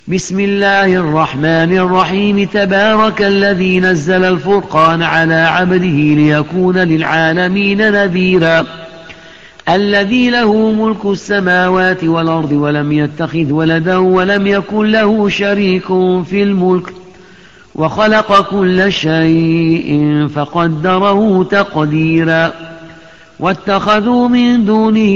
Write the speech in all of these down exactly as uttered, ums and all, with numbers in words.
بسم الله الرحمن الرحيم. تبارك الذي نزل الفرقان على عبده ليكون للعالمين نذيرا. الذي له ملك السماوات والأرض ولم يتخذ ولدا ولم يكن له شريك في الملك وخلق كل شيء فقدره تقديرا. واتخذوا من دونه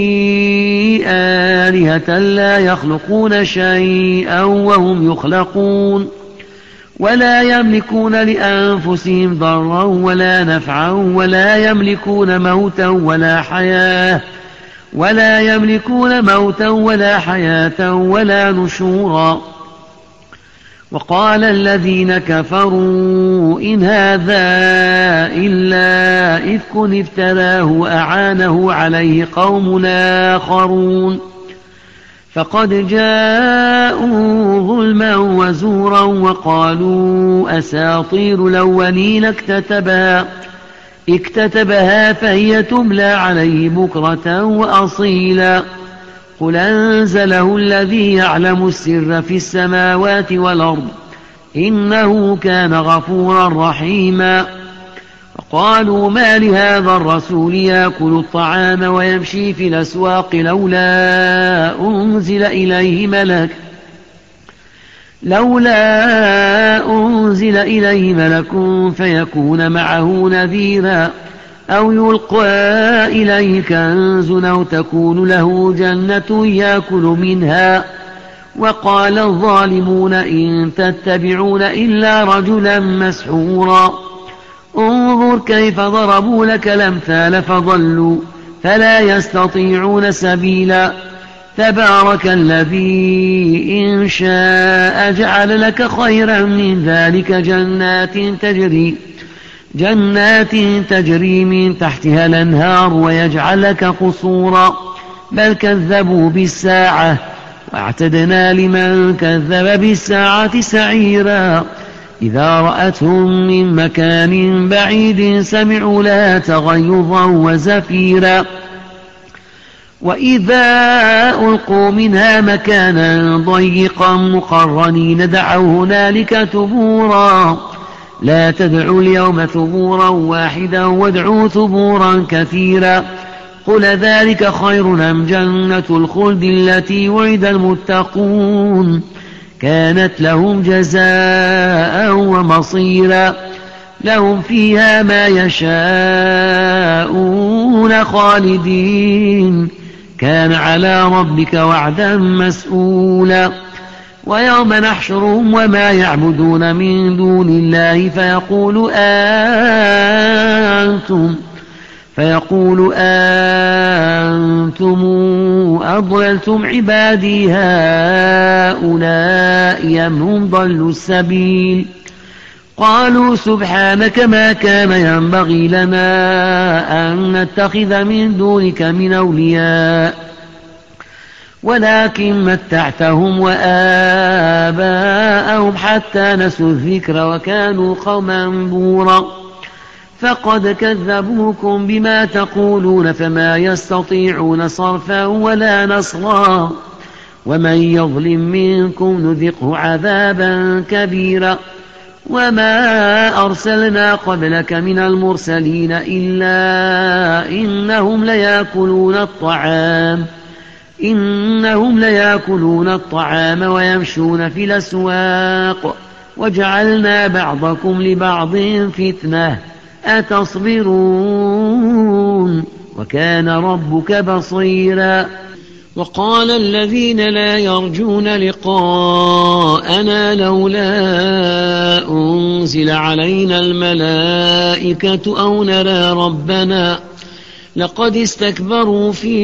آلهة لا يخلقون شيئا وهم يخلقون ولا يملكون لأنفسهم ضرا ولا نفعا ولا يملكون موتا ولا حياة ولا يملكون موتا ولا حياة ولا نشورا. وقال الذين كفروا إن هذا إلا إفك افتراه وأعانه عليه قوم آخرون فقد جاءوا ظلما وزورا وقالوا أساطير الأولين اكتتبها اكتتبها فهي تملى عليه بكرة وأصيلا. قل أنزله الذي يعلم السر في السماوات والأرض إنه كان غفورا رحيما. وقالوا ما لهذا الرسول يأكل الطعام ويمشي في الأسواق لولا أنزل إليه ملك لولا أنزل إليه ملك فيكون معه نذيرا أو يلقى إليه كنز أو تكون له جنة يأكل منها. وقال الظالمون إن تتبعون إلا رجلا مسحورا. انظر كيف ضربوا لك الأمثال فضلوا فلا يستطيعون سبيلا. تبارك الذي إن شاء جعل لك خيرا من ذلك جنات تجري جنات تجري من تحتها الأنهار ويجعل لك قصورا. بل كذبوا بالساعة واعتدنا لمن كذب بالساعة سعيرا. إذا رأتهم من مكان بعيد سمعوا لها تغيظا وزفيرا. وإذا ألقوا منها مكانا ضيقا مقرنين دعوا هنالك ثبورا. لا تدعوا اليوم ثبورا واحدا وادعوا ثبورا كثيرا. قل ذلك خير أم جنة الخلد التي وعد المتقون كانت لهم جزاء ومصيرا. لهم فيها ما يشاءون خالدين كان على ربك وعدا مسئولا. ويوم نحشرهم وما يعبدون من دون الله فيقول أنتم فيقول أنتم أضللتم عبادي هؤلاء أم هم ضلوا السبيل. قالوا سبحانك ما كان ينبغي لنا أن نتخذ من دونك من أولياء ولكن متعتهم وآباءهم حتى نسوا الذكر وكانوا قوما بورا. فقد كذبوكم بما تقولون فما يستطيعون صرفا ولا نصرا. ومن يظلم منكم نذقه عذابا كبيرا. وما أرسلنا قبلك من المرسلين إلا إنهم ليأكلون الطعام إنهم ليأكلون الطعام ويمشون في الأسواق وجعلنا بعضكم لبعض فتنة أتصبرون وكان ربك بصيرا. وقال الذين لا يرجون لقاءنا لولا أنزل علينا الملائكة أو نرى ربنا لقد استكبروا في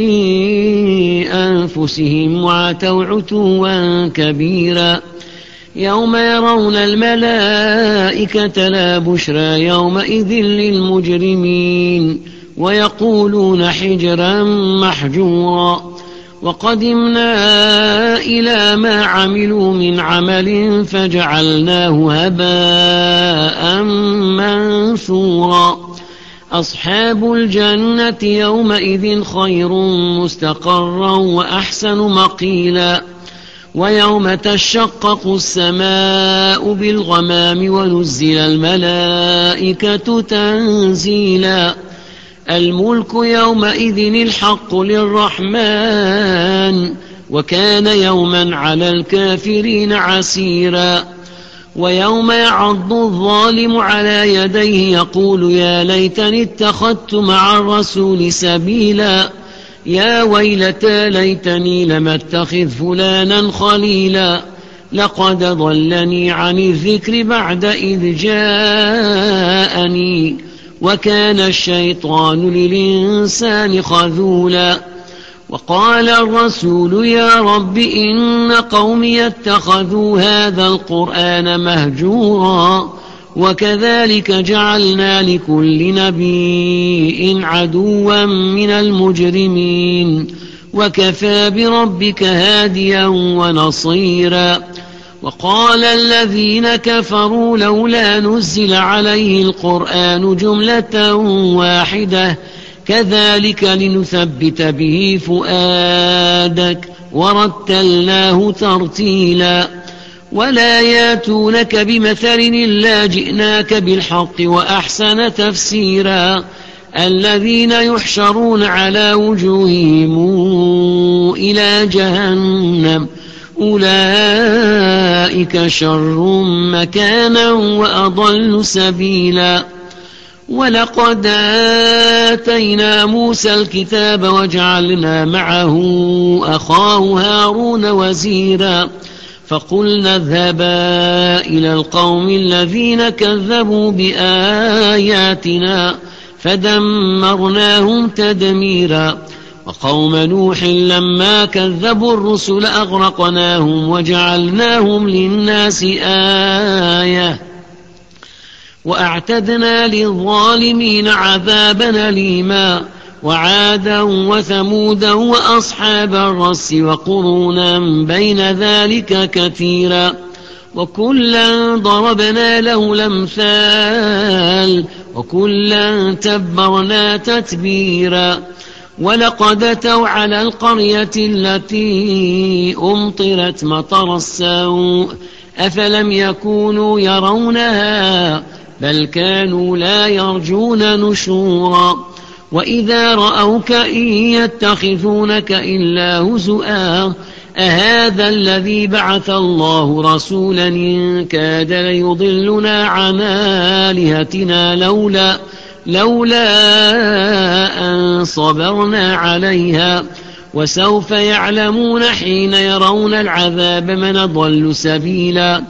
أنفسهم وعتوا عتوا كبيرا. يوم يرون الملائكة لا بشرى يومئذ للمجرمين ويقولون حجرا محجورا. وقدمنا إلى ما عملوا من عمل فجعلناه هباء منثورا. أصحاب الجنة يومئذ خير مستقرا وأحسن مقيلا. ويوم تشقق السماء بالغمام ونزل الملائكة تنزيلا الملك يومئذ الحق للرحمن وكان يوما على الكافرين عسيرا ويوم يعض الظالم على يديه يقول يا ليتني اتخذت مع الرسول سبيلا يا ويلتى ليتني لم اتخذ فلانا خليلا لقد ضلني عن الذكر بعد إذ جاءني وكان الشيطان للإنسان خذولا وقال الرسول يا رب إن قومي اتخذوا هذا القرآن مهجورا وكذلك جعلنا لكل نبي عدوا من المجرمين وكفى بربك هاديا ونصيرا وقال الذين كفروا لولا نزل عليه القرآن جملة واحدة كذلك لنثبت به فؤادك ورتلناه ترتيلا ولا ياتونك بمثل إلا جئناك بالحق وأحسن تفسيرا الذين يحشرون على وجوههم إلى جهنم أولئك شر مكانا وأضل سبيلا ولقد آتينا موسى الكتاب وجعلنا معه أخاه هارون وزيرا فقلنا اذهبا إلى القوم الذين كذبوا بآياتنا فدمرناهم تدميرا وقوم نوح لما كذبوا الرسل أغرقناهم وجعلناهم للناس آية وأعتدنا للظالمين عذابا أليما وعادا وثمودا وأصحاب الرس وقرونا بين ذلك كثيرا وكلا ضربنا له الأمثال وكلا تبرنا تتبيرا ولقد أتوا على القرية التي أمطرت مطر السوء أفلم يكونوا يرونها بل كانوا لا يرجون نشورا وإذا رأوك إن يتخذونك إلا هزؤا أهذا الذي بعث الله رسولا إن كاد ليضلنا عن آلهتنا لولا لولا أن صبرنا عليها وسوف يعلمون حين يرون العذاب من ضل سبيلا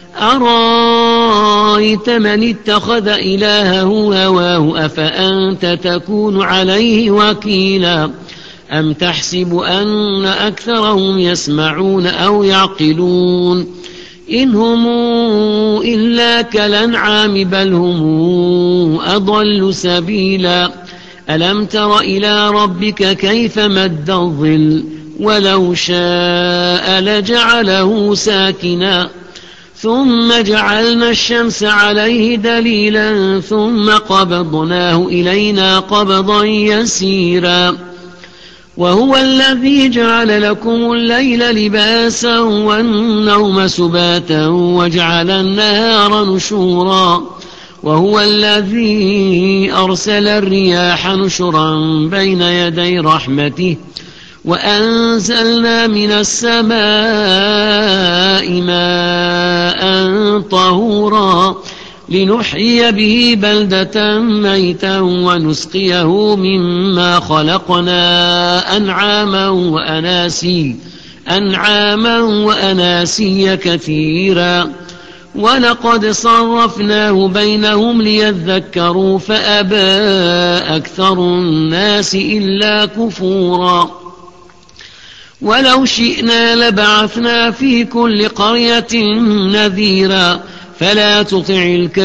أرأيت من اتخذ إلهه هواه أفأنت تكون عليه وكيلا أم تحسب أن أكثرهم يسمعون أو يعقلون إن هم إلا كالأنعام بل هم أضل سبيلا ألم تر إلى ربك كيف مد الظل ولو شاء لجعله ساكنا ثم جعلنا الشمس عليه دليلا ثم قبضناه إلينا قبضا يسيرا وهو الذي جعل لكم الليل لباسا والنوم سباتا وجعل النهار نشورا وهو الذي أرسل الرياح نشرا بين يدي رحمته وأنزلنا من السماء ماء طهورا لنحيي به بلدة ميتا ونسقيه مما خلقنا أنعاما وأناسي أنعاما وأناسي كثيرا ولقد صرفناه بينهم ليذكروا فأبى أكثر الناس إلا كفورا ولو شئنا لبعثنا في كل قرية نذيرا فلا تطع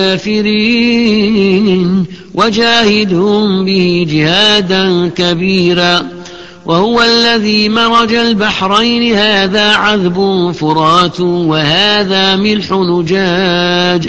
الكافرين وجاهدهم به جهادا كبيرا وهو الذي مرج البحرين هذا عذب فرات وهذا ملح نجاج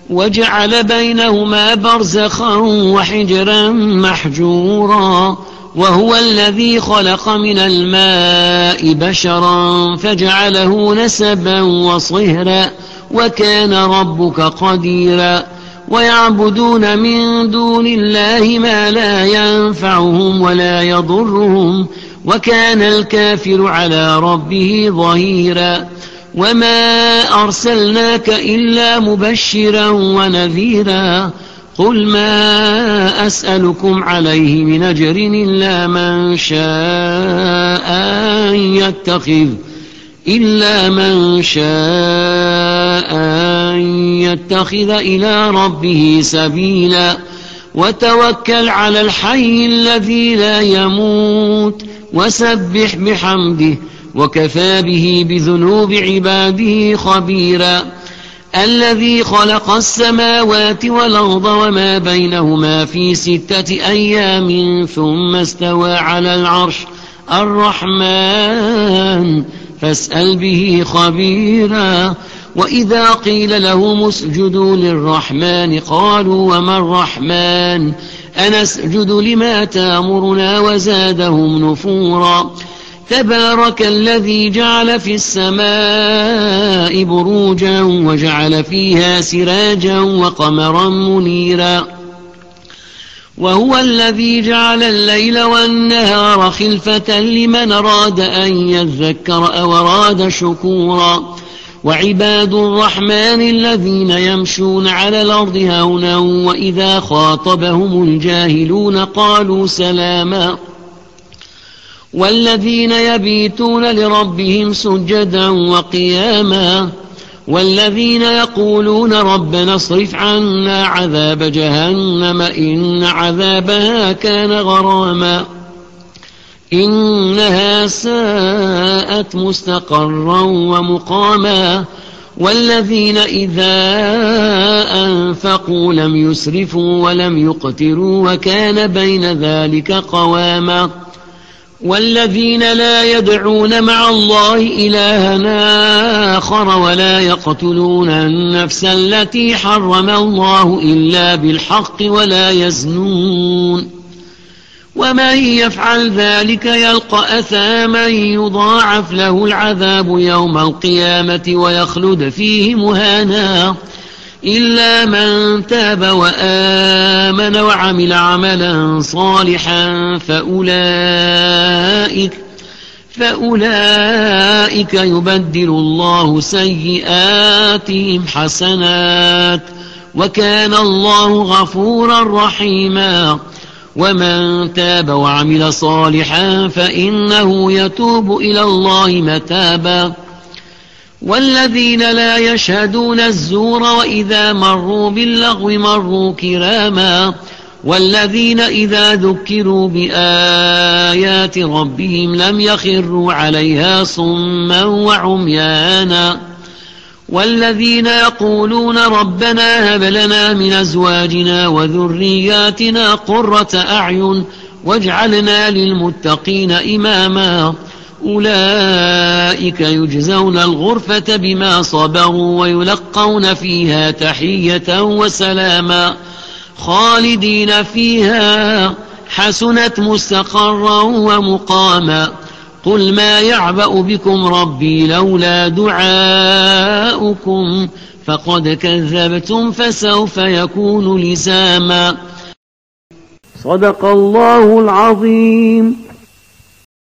وجعل بينهما برزخا وحجرا محجورا وهو الذي خلق من الماء بشرا فجعله نسبا وصهرا وكان ربك قديرا ويعبدون من دون الله ما لا ينفعهم ولا يضرهم وكان الكافر على ربه ظهيرا وما أرسلناك إلا مبشرا ونذيرا قل ما أسألكم عليه من أجر إلا من شاء أن يتخذ إلا من شاء أن يتخذ إلى ربه سبيلا وتوكل على الحي الذي لا يموت وسبح بحمده وكفى به بذنوب عباده خبيرا الذي خلق السماوات والأرض وما بينهما في ستة أيام ثم استوى على العرش الرحمن فاسأل به خبيرا وإذا قيل لهم اسجدوا للرحمن قالوا وما الرحمن أنسجد لما تأمرنا وزادهم نفورا تبارك الذي جعل في السماء بروجا وجعل فيها سراجا وقمرا منيرا وهو الذي جعل الليل والنهار خلفة لمن أراد أن يذكر أو أراد شكورا وعباد الرحمن الذين يمشون على الأرض هونا وإذا خاطبهم الجاهلون قالوا سلاما والذين يبيتون لربهم سجدا وقياما والذين يقولون ربنا اصرف عنا عذاب جهنم إن عذابها كان غراما إنها ساءت مستقرا ومقاما والذين إذا أنفقوا لم يسرفوا ولم يقتروا وكان بين ذلك قواما والذين لا يدعون مع الله إلها آخر ولا يقتلون النفس التي حرم الله إلا بالحق ولا يزنون ومن يفعل ذلك يلقى أثاما يضاعف له العذاب يوم القيامة ويخلد فيه مهانا إلا من تاب وآمن وعمل عملا صالحا فأولئك فأولئك يبدل الله سيئاتهم حسنات وكان الله غفورا رحيما ومن تاب وعمل صالحا فإنه يتوب إلى الله متابا والذين لا يشهدون الزور وإذا مروا باللغو مروا كراما والذين إذا ذكروا بآيات ربهم لم يخروا عليها صما وعميانا والذين يقولون ربنا هب لنا من أزواجنا وذرياتنا قرة أعين واجعلنا للمتقين إماما أولئك يجزون الغرفة بما صبروا ويلقون فيها تحية وسلاما خالدين فيها حسنت مستقرا ومقاما قل ما يعبأ بكم ربي لولا دعاؤكم فقد كذبتم فسوف يكون لزاما صدق الله العظيم.